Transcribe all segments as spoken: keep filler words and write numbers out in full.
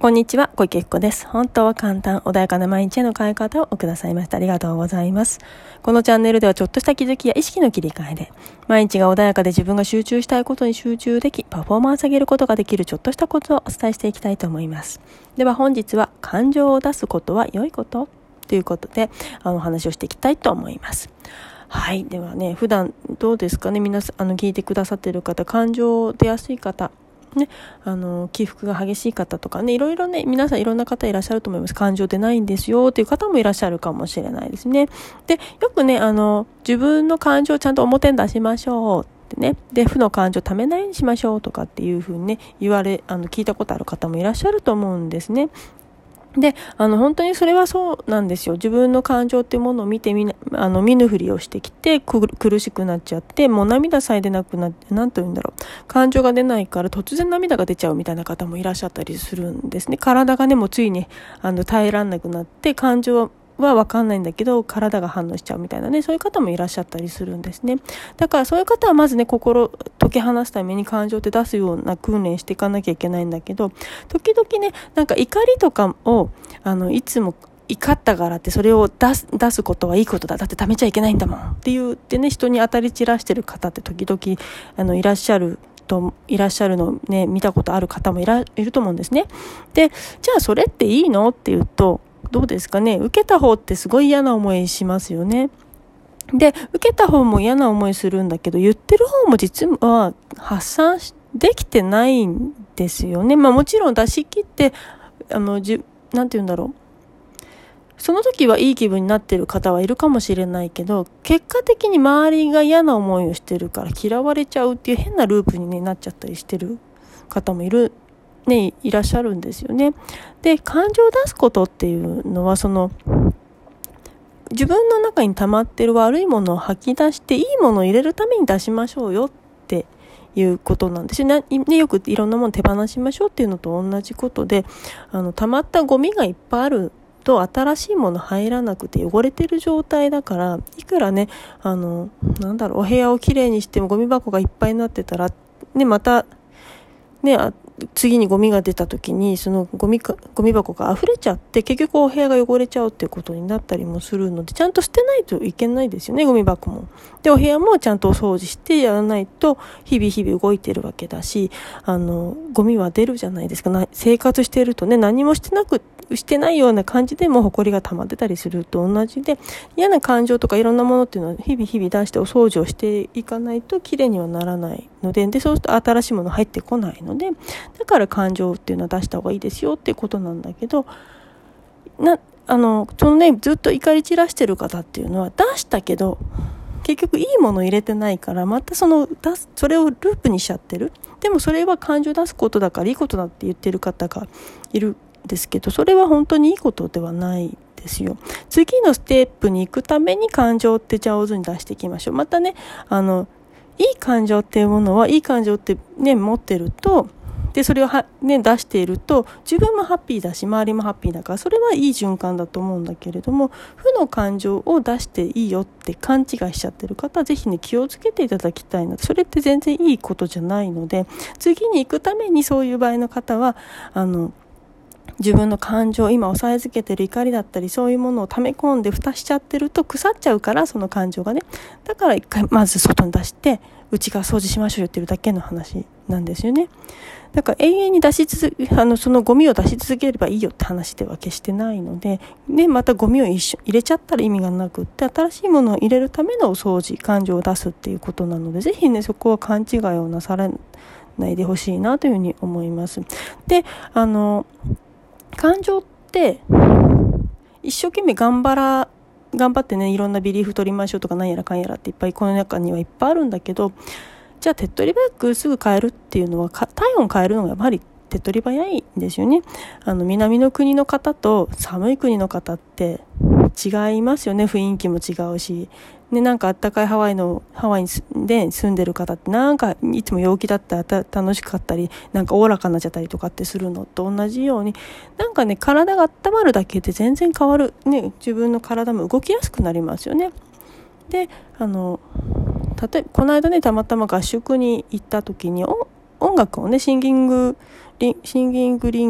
こんにちは、小池子です。本当は簡単、穏やかな毎日への変え方をくださいました。ありがとうございます。このチャンネルではちょっとした気づきや意識の切り替えで、毎日が穏やかで自分が集中したいことに集中でき、パフォーマンス上げることができるちょっとしたコツをお伝えしていきたいと思います。では本日は、感情を出すことは良いことということで、あの話をしていきたいと思います。はい。ではね、普段どうですかね、皆さん、あの、聞いてくださっている方、感情出やすい方、ね、あの起伏が激しい方とかね、いろいろね、皆さんいろんな方いらっしゃると思います。感情出ないんですよっていう方もいらっしゃるかもしれないですね。で、よくね、あの自分の感情をちゃんと表に出しましょうってね、で負の感情をためないようにしましょうとかっていう風にね、言われあの聞いたことある方もいらっしゃると思うんですね。で、あの、本当にそれはそうなんですよ。自分の感情っていうものを見てみな、あの、見ぬふりをしてきて、く苦しくなっちゃって、もう涙さえ出なくなって、なんと言うんだろう。感情が出ないから突然涙が出ちゃうみたいな方もいらっしゃったりするんですね。体がね、もうついに、あの、耐えらんなくなって、感情はわかんないんだけど、体が反応しちゃうみたいなね、そういう方もいらっしゃったりするんですね。だからそういう方はまずね、心解き放すために感情って出すような訓練していかなきゃいけないんだけど、時々ね、なんか怒りとかを、あの、いつも怒ったからってそれを出す、出すことはいいことだ。だって溜めちゃいけないんだもんって言ってね、人に当たり散らしてる方って時々、あの、いらっしゃる。といらっしゃるのをね、見たことある方もいら、いると思うんですね。で、じゃあそれっていいのって言うと、どうですかね。受けた方ってすごい嫌な思いしますよね。で、受けた方も嫌な思いするんだけど、言ってる方も実は発散できてないんですよね。まあもちろん出し切って、あの、じ、なんて言うんだろう。その時はいい気分になってる方はいるかもしれないけど、結果的に周りが嫌な思いをしてるから嫌われちゃうっていう変なループに、ね、なっちゃったりしてる方もいる。ね、いらっしゃるんですよね。で、感情を出すことっていうのは、その、自分の中に溜まってる悪いものを吐き出して、いいものを入れるために出しましょうよっていうことなんですよね。ね、よくいろんなもの手放しましょうっていうのと同じことで、あの、溜まったゴミがいっぱいあると、新しいもの入らなくて汚れてる状態だから、いくらね、あの、なんだろう、お部屋をきれいにしてもゴミ箱がいっぱいになってたら、ね、また、ね、次にゴミが出た時にそのゴミかゴミ箱が溢れちゃって結局お部屋が汚れちゃうっていうことになったりもするので、ちゃんと捨てないといけないですよね、ゴミ箱も。で、お部屋もちゃんとお掃除してやらないと日々日々動いてるわけだし、あのゴミは出るじゃないですか。な生活しているとね、何もしてなくしてないような感じでも埃が溜まってたりすると同じで、嫌な感情とかいろんなものっていうのは日々日々出してお掃除をしていかないときれいにはならないので、でそうすると新しいもの入ってこないので、だから感情っていうのは出した方がいいですよっていうことなんだけど、なあのそのね、ずっと怒り散らしてる方っていうのは出したけど結局いいもの入れてないから、またその出すそれをループにしちゃってる。でもそれは感情出すことだからいいことだって言ってる方がいるんですけど、それは本当にいいことではないですよ。次のステップに行くために感情って上手に出していきましょう。またね、あのいい感情っていうものはいい感情ってね持ってると、でそれをは、ね、出していると自分もハッピーだし周りもハッピーだから、それはいい循環だと思うんだけれども、負の感情を出していいよって勘違いしちゃってる方はぜひね気をつけていただきたいな。それって全然いいことじゃないので、次に行くためにそういう場合の方はあの自分の感情、今抑えつけてる怒りだったりそういうものを溜め込んで蓋しちゃってると腐っちゃうから、その感情がね、だから一回まず外に出して内側掃除しましょうよっていうだけの話なんですよね。だから永遠に出し続け、あのそのゴミを出し続ければいいよって話では決してないので、でまたゴミを一緒入れちゃったら意味がなくって、新しいものを入れるためのお掃除、感情を出すっていうことなので、ぜひねそこは勘違いをなさらないでほしいなというふうに思います。で、あの感情って一生懸命頑張ら頑張ってね、いろんなビリーフ取りましょうとか何やらかんやらっていっぱいこの中にはいっぱいあるんだけど、じゃあ手っ取り早くすぐ変えるっていうのは、体温変えるのがやっぱり手っ取り早いんですよね。あの南の国の方と寒い国の方って違いますよね。雰囲気も違うし、ね、なんかあったかいハワイのハワイで住んでる方ってなんかいつも陽気だったら楽しかったり、なんかおおらかになっちゃったりとかってするのと同じように、なんかね体が温まるだけで全然変わるね。自分の体も動きやすくなりますよね。で、あの例えばこの間ね、たまたま合宿に行った時に音楽をね、シンギングリンシンギングリン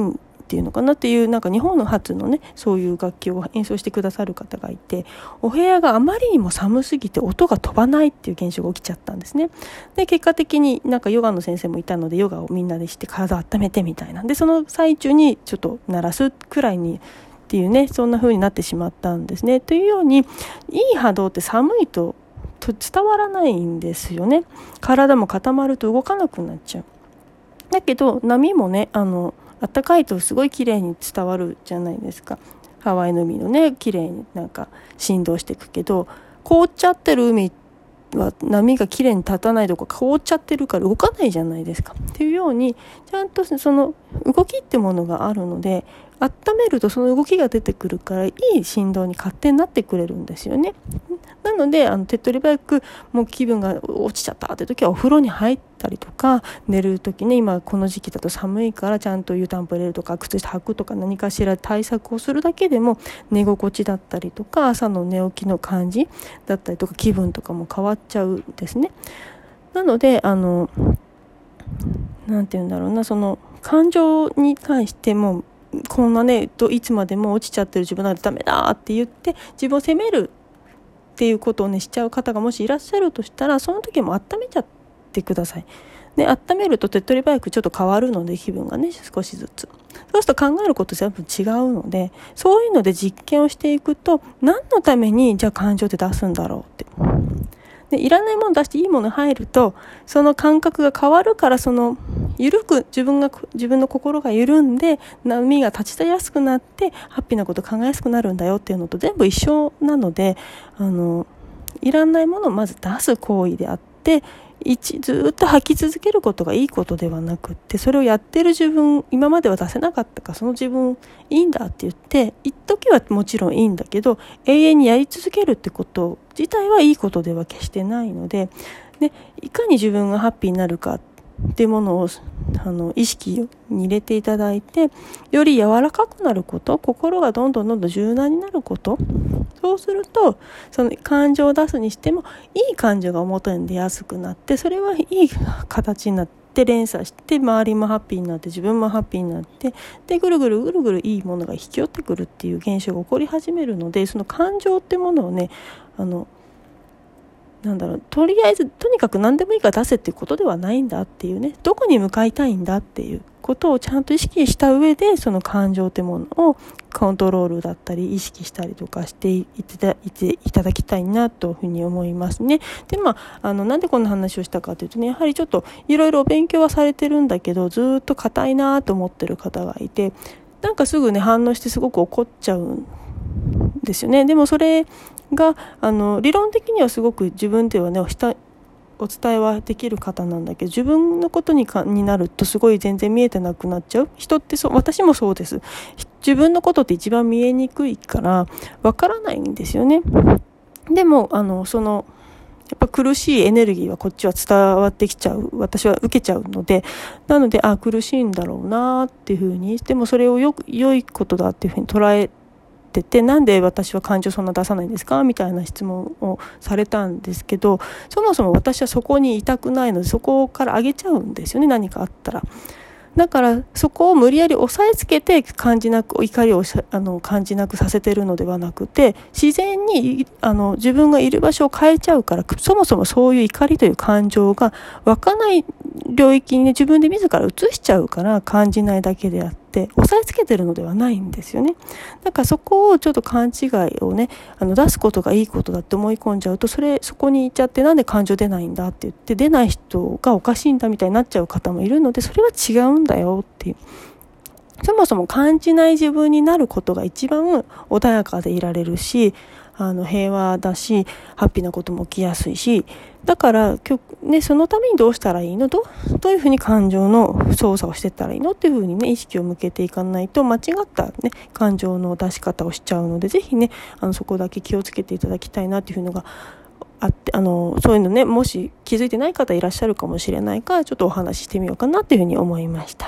っていうのかなっていう、なんか日本の初のねそういう楽器を演奏してくださる方がいて、お部屋があまりにも寒すぎて音が飛ばないっていう現象が起きちゃったんですね。で結果的になんかヨガの先生もいたので、ヨガをみんなでして体を温めてみたいなで、その最中にちょっと鳴らすくらいにっていうね、そんな風になってしまったんですね。というように、いい波動って寒いと伝わらないんですよね。体も固まると動かなくなっちゃう。だけど波もね、あの暖かいとすごい綺麗に伝わるじゃないですか。ハワイの海のね綺麗になんか振動していくけど、凍っちゃってる海は波が綺麗に立たないとか凍っちゃってるから動かないじゃないですか。っていうようにちゃんとその動きってものがあるので、温めるとその動きが出てくるからいい振動に勝手になってくれるんですよね。なのであの手っ取り早くもう気分が落ちちゃったって時はお風呂に入ったりとか、寝る時ね、今この時期だと寒いからちゃんと湯たんぽ入れるとか靴下履くとか何かしら対策をするだけでも寝心地だったりとか朝の寝起きの感じだったりとか気分とかも変わっちゃうんですね。なのであのなんて言うんだろうな、その感情に関してもこんなねといつまでも落ちちゃってる自分なんてダメだって言って自分を責めるっていうことをねしちゃう方がもしいらっしゃるとしたら、その時も温めちゃってください。で温めると手っ取り早くちょっと変わるので、気分がね少しずつ、そうすると考えること全部違うので、そういうので実験をしていくと、何のためにじゃあ感情って出すんだろうって、でいらないもの出していいもの入るとその感覚が変わるから、その緩く自分が自分の心が緩んで波が立ちやすくなってハッピーなこと考えやすくなるんだよっていうのと全部一緒なので、あのいらないものをまず出す行為であって、一ずっと吐き続けることがいいことではなくって、それをやってる自分、今までは出せなかったかその自分いいんだって言って一時はもちろんいいんだけど、永遠にやり続けるってこと自体はいいことでは決してないので、でいかに自分がハッピーになるかっていうものをあの意識に入れていただいて、より柔らかくなること、心がどんどんどんどん柔軟になること、そうするとその感情を出すにしてもいい感情が表に出やすくなって、それはいい形になって連鎖して周りもハッピーになって自分もハッピーになって、でぐるぐるぐるぐるいいものが引き寄ってくるっていう現象が起こり始めるので、その感情ってものをね、あのなんだろう、とりあえずとにかく何でもいいから出せっていうことではないんだっていうね、どこに向かいたいんだっていうことをちゃんと意識した上で、その感情ってものをコントロールだったり意識したりとかしていた、いていただきたいなというふうに思いますね。でまあ、あのなんでこんな話をしたかというとね、やはりちょっといろいろ勉強はされてるんだけどずっと硬いなと思ってる方がいて、なんかすぐね反応してすごく怒っちゃうんですよね。でもそれがあの理論的にはすごく自分ではねお伝えはできる方なんだけど、自分のことにかになるとすごい全然見えてなくなっちゃう人ってそう、私もそうです。自分のことって一番見えにくいからわからないんですよね。でもあのそのやっぱ苦しいエネルギーはこっちは伝わってきちゃう、私は受けちゃうので、なのであ苦しいんだろうなっていうふうに、でもそれをよく良いことだっていうふうに捉えてて、なんで私は感情そんな出さないんですかみたいな質問をされたんですけど、そもそも私はそこにいたくないのでそこから上げちゃうんですよね、何かあったら。だからそこを無理やり押さえつけて感じなく怒りをあの感じなくさせているのではなくて、自然にあの自分がいる場所を変えちゃうから、そもそもそういう怒りという感情が湧かない領域に、ね、自分で自ら移しちゃうから感じないだけであって、押さえつけてるのではないんですよね。だからそこをちょっと勘違いをね、あの出すことがいいことだって思い込んじゃうと、それそこに行っちゃって、なんで感情出ないんだって言って出ない人がおかしいんだみたいになっちゃう方もいるので、それは違うんだよっていう。そもそも感じない自分になることが一番穏やかでいられるし、あの平和だし、ハッピーなことも起きやすいし、だから今日、ね、そのためにどうしたらいいの、どう、どういうふうに感情の操作をしていったらいいのっていうふうにね、意識を向けていかないと間違ったね、感情の出し方をしちゃうので、ぜひね、あのそこだけ気をつけていただきたいなっていうのがあって、あのそういうのね、もし気づいてない方いらっしゃるかもしれないから、ちょっとお話ししてみようかなっていうふうに思いました。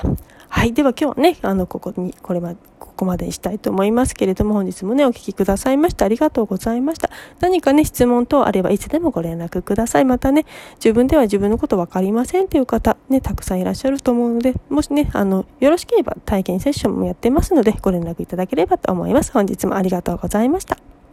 はい。では今日はね、あの、ここに、これまで、ここまでにしたいと思いますけれども、本日もね、お聞きくださいましてありがとうございました。何かね、質問等あればいつでもご連絡ください。またね、自分では自分のこと分かりませんという方、ね、たくさんいらっしゃると思うので、もしね、あの、よろしければ体験セッションもやってますので、ご連絡いただければと思います。本日もありがとうございました。